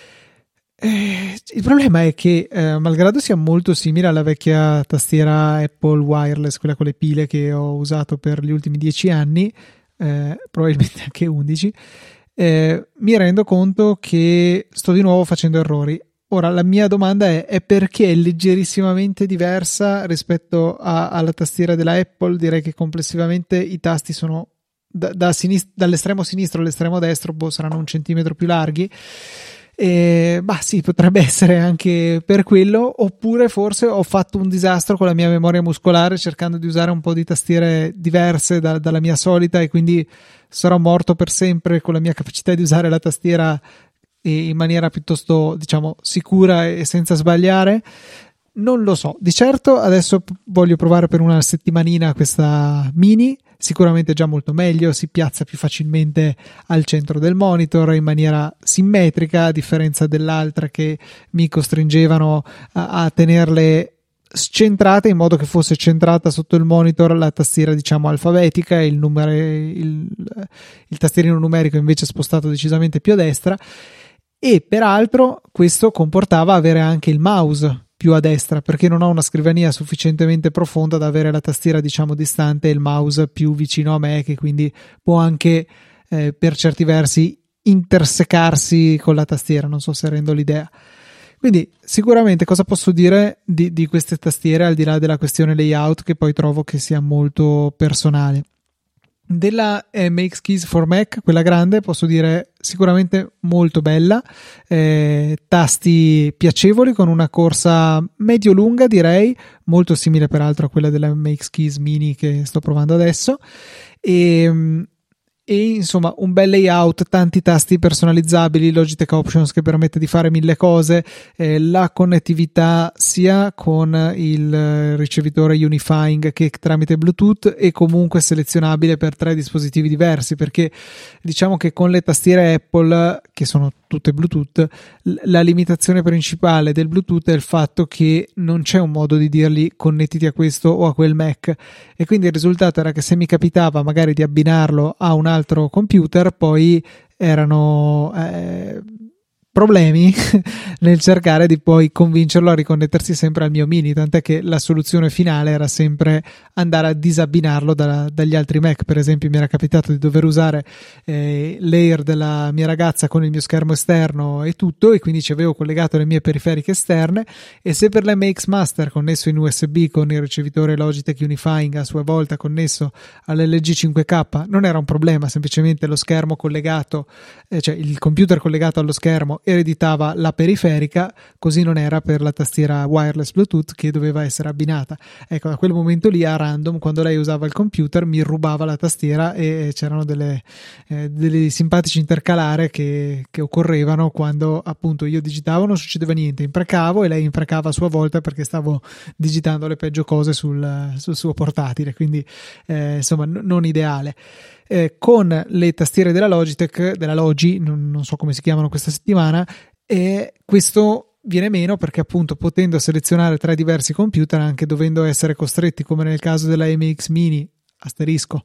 Il problema è che malgrado sia molto simile alla vecchia tastiera Apple Wireless, quella con le pile che ho usato per gli ultimi 10 anni, probabilmente anche 11, mi rendo conto che sto di nuovo facendo errori. Ora la mia domanda è perché è leggerissimamente diversa rispetto alla tastiera della Apple. Direi che complessivamente i tasti sono dall'estremo sinistro all'estremo destro saranno 1 centimetro più larghi. Sì, potrebbe essere anche per quello, oppure forse ho fatto un disastro con la mia memoria muscolare cercando di usare un po' di tastiere diverse dalla mia solita, e quindi sarò morto per sempre con la mia capacità di usare la tastiera in maniera piuttosto, diciamo, sicura e senza sbagliare. Non lo so, di certo adesso voglio provare per una settimanina questa mini, sicuramente già molto meglio, si piazza più facilmente al centro del monitor in maniera simmetrica, a differenza dell'altra che mi costringevano a tenerle scentrate in modo che fosse centrata sotto il monitor la tastiera, diciamo, alfabetica, e il tastierino numerico invece spostato decisamente più a destra. E peraltro questo comportava avere anche il mouse più a destra, perché non ho una scrivania sufficientemente profonda da avere la tastiera, diciamo, distante e il mouse più vicino a me, che quindi può anche per certi versi intersecarsi con la tastiera. Non so se rendo l'idea. Quindi sicuramente cosa posso dire di queste tastiere, al di là della questione layout, che poi trovo che sia molto personale. Della MX Keys for Mac, quella grande, posso dire sicuramente molto bella, tasti piacevoli con una corsa medio-lunga, direi, molto simile peraltro a quella della MX Keys Mini che sto provando adesso, e insomma un bel layout, tanti tasti personalizzabili, Logitech Options che permette di fare 1000 cose, la connettività sia con il ricevitore Unifying che tramite Bluetooth, e comunque selezionabile per 3 dispositivi diversi, perché diciamo che con le tastiere Apple, che sono tutte Bluetooth, la limitazione principale del Bluetooth è il fatto che non c'è un modo di dirgli connettiti a questo o a quel Mac, e quindi il risultato era che se mi capitava magari di abbinarlo a un altro computer, poi erano problemi nel cercare di poi convincerlo a riconnettersi sempre al mio mini, tant'è che la soluzione finale era sempre andare a disabbinarlo dagli altri Mac. Per esempio mi era capitato di dover usare l'Air della mia ragazza con il mio schermo esterno e tutto, e quindi ci avevo collegato le mie periferiche esterne, e se per l'MX Master connesso in USB con il ricevitore Logitech Unifying a sua volta connesso all'LG 5K non era un problema, semplicemente lo schermo collegato, cioè il computer collegato allo schermo ereditava la periferica, così non era per la tastiera wireless Bluetooth che doveva essere abbinata. Ecco, da quel momento lì a random, quando lei usava il computer, mi rubava la tastiera, e c'erano delle simpatici intercalare che occorrevano quando appunto io digitavo, non succedeva niente, imprecavo e lei imprecava a sua volta perché stavo digitando le peggio cose sul suo portatile, quindi insomma non ideale. Con le tastiere della Logitech, della Logi, non so come si chiamano questa settimana, questo viene meno, perché appunto potendo selezionare 3 diversi computer, anche dovendo essere costretti, come nel caso della MX Mini asterisco,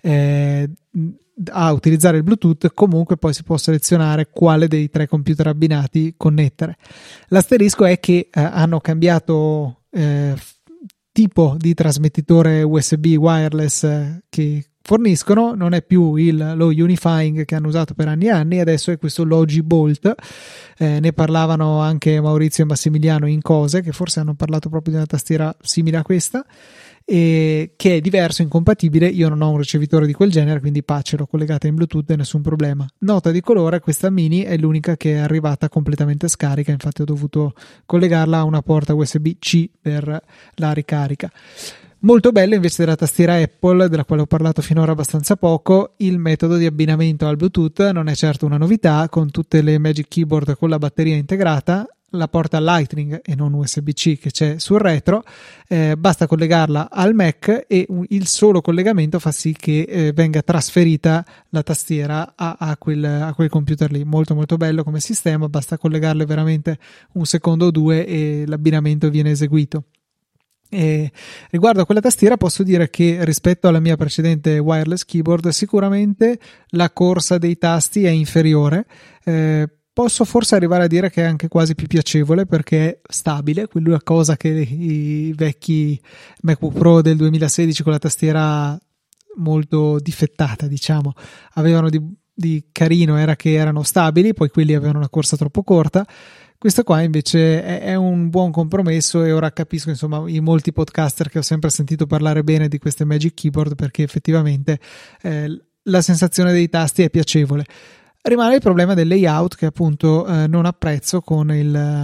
a utilizzare il Bluetooth, comunque poi si può selezionare quale dei 3 computer abbinati connettere. L'asterisco è che hanno cambiato tipo di trasmettitore USB wireless che forniscono, non è più lo Unifying che hanno usato per anni e anni, adesso è questo Logi Bolt. Ne parlavano anche Maurizio e Massimiliano in Cose, che forse hanno parlato proprio di una tastiera simile a questa, e che è diverso, incompatibile. Io non ho un ricevitore di quel genere, quindi pace, l'ho collegata in Bluetooth e nessun problema. Nota di colore: questa mini è l'unica che è arrivata completamente scarica, infatti ho dovuto collegarla a una porta USB-C per la ricarica. Molto bello invece della tastiera Apple, della quale ho parlato finora abbastanza poco, il metodo di abbinamento al Bluetooth. Non è certo una novità, con tutte le Magic Keyboard con la batteria integrata, la porta Lightning e non USB-C che c'è sul retro, basta collegarla al Mac e il solo collegamento fa sì che venga trasferita la tastiera a quel computer lì. Molto molto bello come sistema, basta collegarle veramente un secondo o 2 e l'abbinamento viene eseguito. E riguardo a quella tastiera posso dire che rispetto alla mia precedente wireless keyboard sicuramente la corsa dei tasti è inferiore, posso forse arrivare a dire che è anche quasi più piacevole perché è stabile, quella cosa che i vecchi MacBook Pro del 2016 con la tastiera molto difettata, diciamo, avevano di carino era che erano stabili, poi quelli avevano una corsa troppo corta. Questo qua invece è un buon compromesso, e ora capisco insomma i molti podcaster che ho sempre sentito parlare bene di queste Magic Keyboard, perché effettivamente la sensazione dei tasti è piacevole. Rimane il problema del layout che appunto non apprezzo con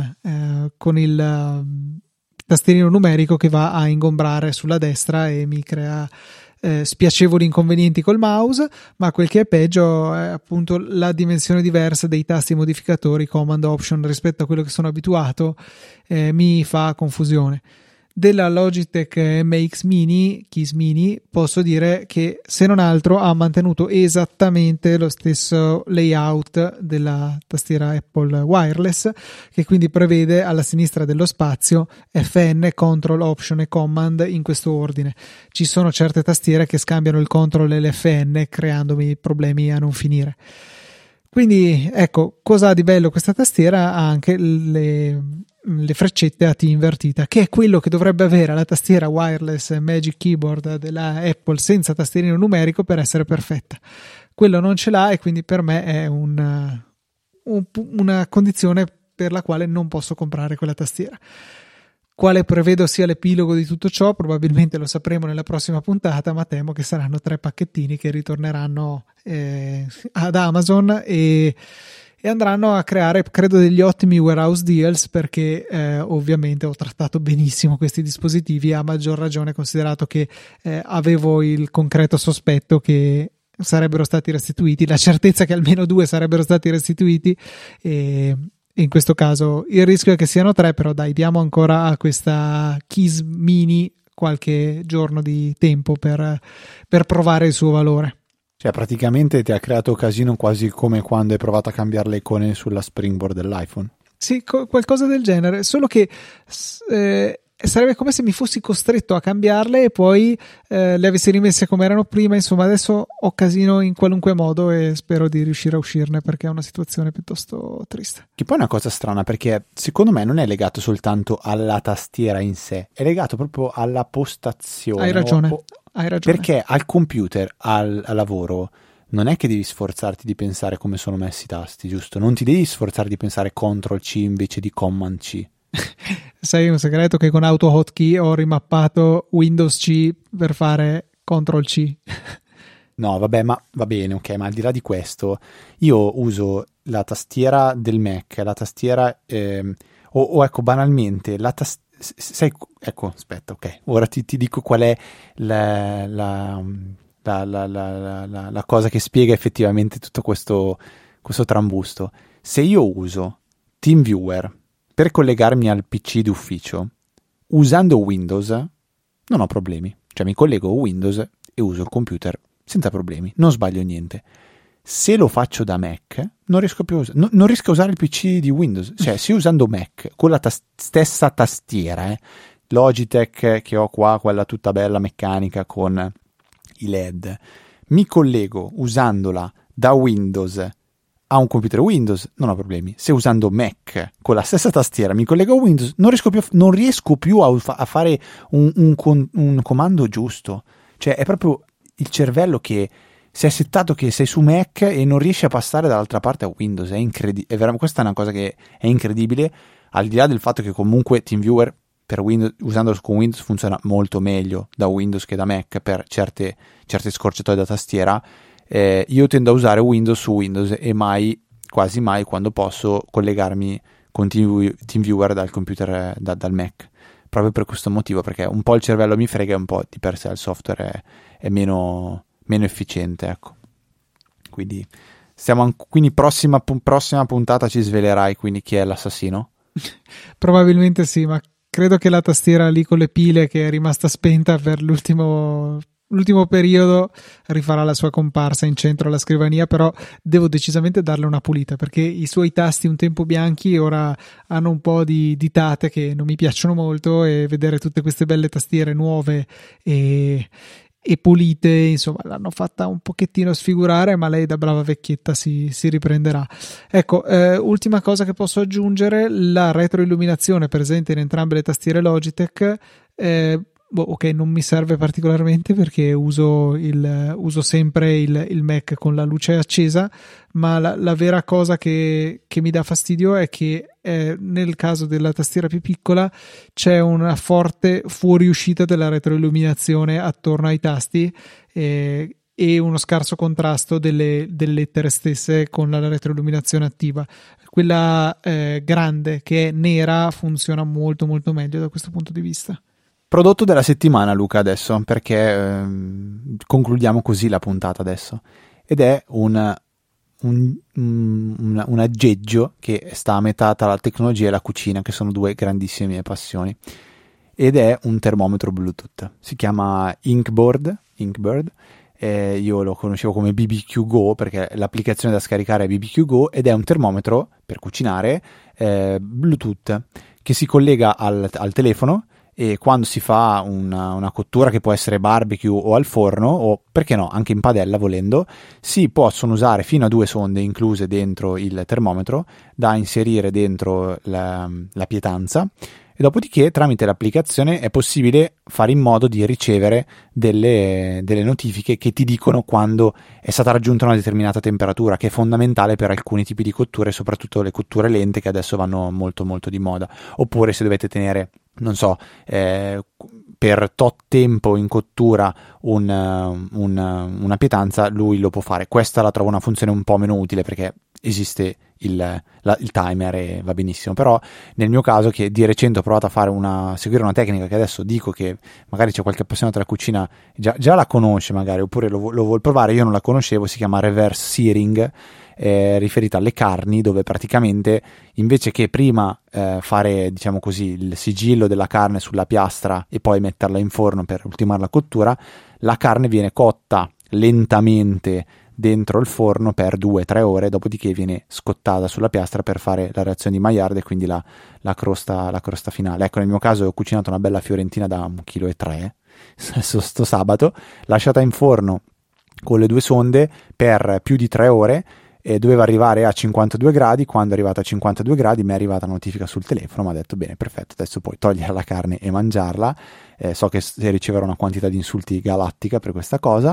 il tastierino numerico che va a ingombrare sulla destra e mi crea spiacevoli inconvenienti col mouse, ma quel che è peggio è appunto la dimensione diversa dei tasti modificatori Command Option rispetto a quello che sono abituato, mi fa confusione. Della Logitech MX Mini, Keys Mini, posso dire che se non altro ha mantenuto esattamente lo stesso layout della tastiera Apple Wireless, che quindi prevede alla sinistra dello spazio FN, Control, Option e Command in questo ordine. Ci sono certe tastiere che scambiano il Control e l'FN creandomi problemi a non finire. Quindi ecco, cosa ha di bello questa tastiera? Ha anche le freccette a T invertita, che è quello che dovrebbe avere la tastiera wireless Magic Keyboard della Apple senza tastierino numerico per essere perfetta. Quello non ce l'ha e quindi per me è una condizione per la quale non posso comprare quella tastiera. Quale prevedo sia l'epilogo di tutto ciò? Probabilmente lo sapremo nella prossima puntata, ma temo che saranno 3 pacchettini che ritorneranno ad Amazon e andranno a creare, credo, degli ottimi warehouse deals, perché ovviamente ho trattato benissimo questi dispositivi, a maggior ragione considerato che avevo il concreto sospetto che sarebbero stati restituiti, la certezza che almeno 2 sarebbero stati restituiti, e in questo caso il rischio è che siano 3, però dai, diamo ancora a questa Keys Mini qualche giorno di tempo per provare il suo valore. Cioè praticamente ti ha creato casino quasi come quando hai provato a cambiare le icone sulla springboard dell'iPhone. Sì, qualcosa del genere, solo che sarebbe come se mi fossi costretto a cambiarle e poi le avessi rimesse come erano prima. Insomma, adesso ho casino in qualunque modo e spero di riuscire a uscirne, perché è una situazione piuttosto triste. Che poi è una cosa strana, perché secondo me non è legato soltanto alla tastiera in sé, è legato proprio alla postazione. Hai ragione. Hai ragione. Perché al computer, al lavoro, non è che devi sforzarti di pensare come sono messi i tasti, giusto? Non ti devi sforzare di pensare Ctrl C invece di Command C. Sai un segreto? Che con Auto Hotkey ho rimappato Windows C per fare Ctrl C. No, vabbè, ma va bene, ok, ma al di là di questo, io uso la tastiera del Mac, la tastiera, o ecco, banalmente, la tastiera. Sai, ecco, aspetta, ok, ora ti dico qual è la cosa che spiega effettivamente tutto questo trambusto. Se io uso TeamViewer per collegarmi al PC d'ufficio usando Windows, non ho problemi, cioè mi collego a Windows e uso il computer senza problemi, non sbaglio niente. Se lo faccio da Mac non riesco più non riesco a usare il PC di Windows, cioè se usando Mac con la stessa tastiera, Logitech che ho qua, quella tutta bella meccanica con i LED, mi collego usandola da Windows a un computer Windows, non ho problemi. Se usando Mac con la stessa tastiera mi collego a Windows, non riesco più a fare un comando giusto, cioè è proprio il cervello che si è settato che sei su Mac e non riesci a passare dall'altra parte a Windows. È incredibile, questa è una cosa che è incredibile, al di là del fatto che comunque TeamViewer per Windows, usandolo con Windows, funziona molto meglio da Windows che da Mac per certe scorciatoie da tastiera. Io tendo a usare Windows su Windows e quasi mai quando posso collegarmi con TeamViewer dal computer, dal Mac, proprio per questo motivo, perché un po' il cervello mi frega e un po' di per sé il software è meno efficiente, ecco. Quindi prossima puntata ci svelerai quindi chi è l'assassino? Probabilmente sì, ma credo che la tastiera lì con le pile che è rimasta spenta per l'ultimo periodo rifarà la sua comparsa in centro alla scrivania, però devo decisamente darle una pulita, perché i suoi tasti un tempo bianchi ora hanno un po' di ditate che non mi piacciono molto, e vedere tutte queste belle tastiere nuove e pulite, insomma, l'hanno fatta un pochettino sfigurare, ma lei da brava vecchietta si riprenderà. Ecco, ultima cosa che posso aggiungere: la retroilluminazione presente in entrambe le tastiere Logitech, ok, non mi serve particolarmente perché uso sempre il Mac con la luce accesa, ma la vera cosa che mi dà fastidio è che nel caso della tastiera più piccola c'è una forte fuoriuscita della retroilluminazione attorno ai tasti, e uno scarso contrasto delle lettere stesse con la retroilluminazione attiva. Quella grande, che è nera, funziona molto molto meglio da questo punto di vista. Prodotto della settimana, Luca, adesso, perché concludiamo così la puntata adesso, ed è un aggeggio che sta a metà tra la tecnologia e la cucina, che sono due grandissime mie passioni, ed è un termometro Bluetooth. Si chiama Inkbird. Io lo conoscevo come BBQ Go perché l'applicazione da scaricare è BBQ Go, ed è un termometro per cucinare Bluetooth che si collega al telefono, e quando si fa una cottura, che può essere barbecue o al forno, o perché no anche in padella volendo, si possono usare fino a 2 sonde incluse dentro il termometro da inserire dentro la pietanza, e dopodiché tramite l'applicazione è possibile fare in modo di ricevere delle notifiche che ti dicono quando è stata raggiunta una determinata temperatura, che è fondamentale per alcuni tipi di cotture, soprattutto le cotture lente che adesso vanno molto molto di moda. Oppure se dovete tenere, non so, per tot tempo in cottura una pietanza, lui lo può fare. Questa la trovo una funzione un po' meno utile perché esiste il timer e va benissimo, però nel mio caso, che di recente ho provato a seguire una tecnica che adesso dico che magari c'è qualche appassionato della cucina già la conosce magari, oppure lo vuol provare, io non la conoscevo, si chiama reverse searing, riferita alle carni, dove praticamente invece che prima fare, diciamo così, il sigillo della carne sulla piastra e poi metterla in forno per ultimare la cottura, la carne viene cotta lentamente dentro il forno per 2-3 ore, dopodiché viene scottata sulla piastra per fare la reazione di Maillard e quindi la crosta finale. Ecco, nel mio caso ho cucinato una bella fiorentina da 1,3 kg sto sabato, lasciata in forno con le 2 sonde per più di 3 ore, e doveva arrivare a 52 gradi. Quando è arrivata a 52 gradi mi è arrivata una notifica sul telefono, mi ha detto bene, perfetto, adesso puoi togliere la carne e mangiarla. So che riceverò una quantità di insulti galattica per questa cosa.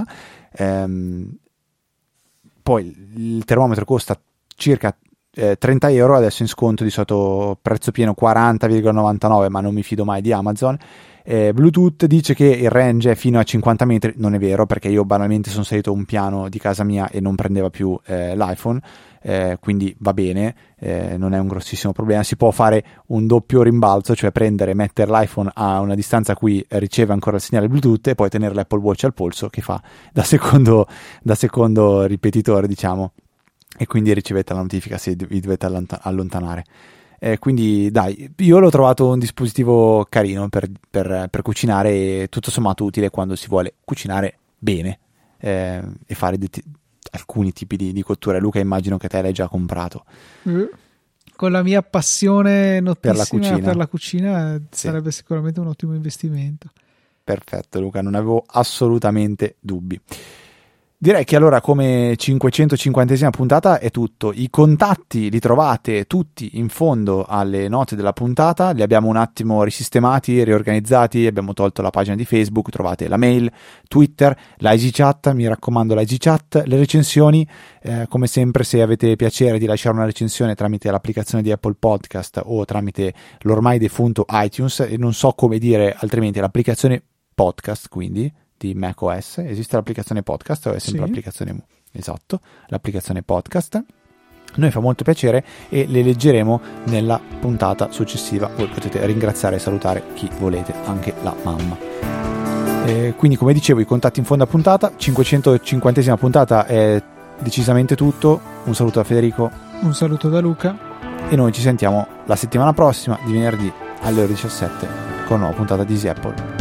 Poi il termometro costa circa 30 euro, adesso in sconto di solito prezzo pieno 40,99, ma non mi fido mai di Amazon. Bluetooth dice che il range è fino a 50 metri, non è vero, perché io banalmente sono salito un piano di casa mia e non prendeva più l'iPhone, quindi va bene, non è un grossissimo problema. Si può fare un doppio rimbalzo, cioè mettere l'iPhone a una distanza a cui riceve ancora il segnale Bluetooth e poi tenere l'Apple Watch al polso, che fa da secondo ripetitore, diciamo, e quindi ricevete la notifica se vi dovete allontanare. Quindi dai, io l'ho trovato un dispositivo carino per cucinare, e tutto sommato utile quando si vuole cucinare bene e fare alcuni tipi di cotture. Luca, immagino che te l'hai già comprato. Con la mia passione notissima per la cucina sì, sarebbe sicuramente un ottimo investimento. Perfetto, Luca, non avevo assolutamente dubbi. Direi che allora, come 550esima puntata, è tutto. I contatti li trovate tutti in fondo alle note della puntata, li abbiamo un attimo risistemati, riorganizzati, abbiamo tolto la pagina di Facebook, trovate la mail, Twitter, la EasyChat, mi raccomando la EasyChat, le recensioni, come sempre, se avete piacere di lasciare una recensione tramite l'applicazione di Apple Podcast o tramite l'ormai defunto iTunes, e non so come dire altrimenti, l'applicazione podcast, quindi di macOS. Esiste l'applicazione podcast o è sempre l'applicazione? Esatto, l'applicazione podcast. Noi fa molto piacere e le leggeremo nella puntata successiva. Voi potete ringraziare e salutare chi volete, anche la mamma. Quindi, come dicevo, i contatti in fondo a puntata. 550esima puntata è decisamente tutto. Un saluto da Federico, un saluto da Luca, e noi ci sentiamo la settimana prossima di venerdì alle ore 17 con una nuova puntata di Easy Apple.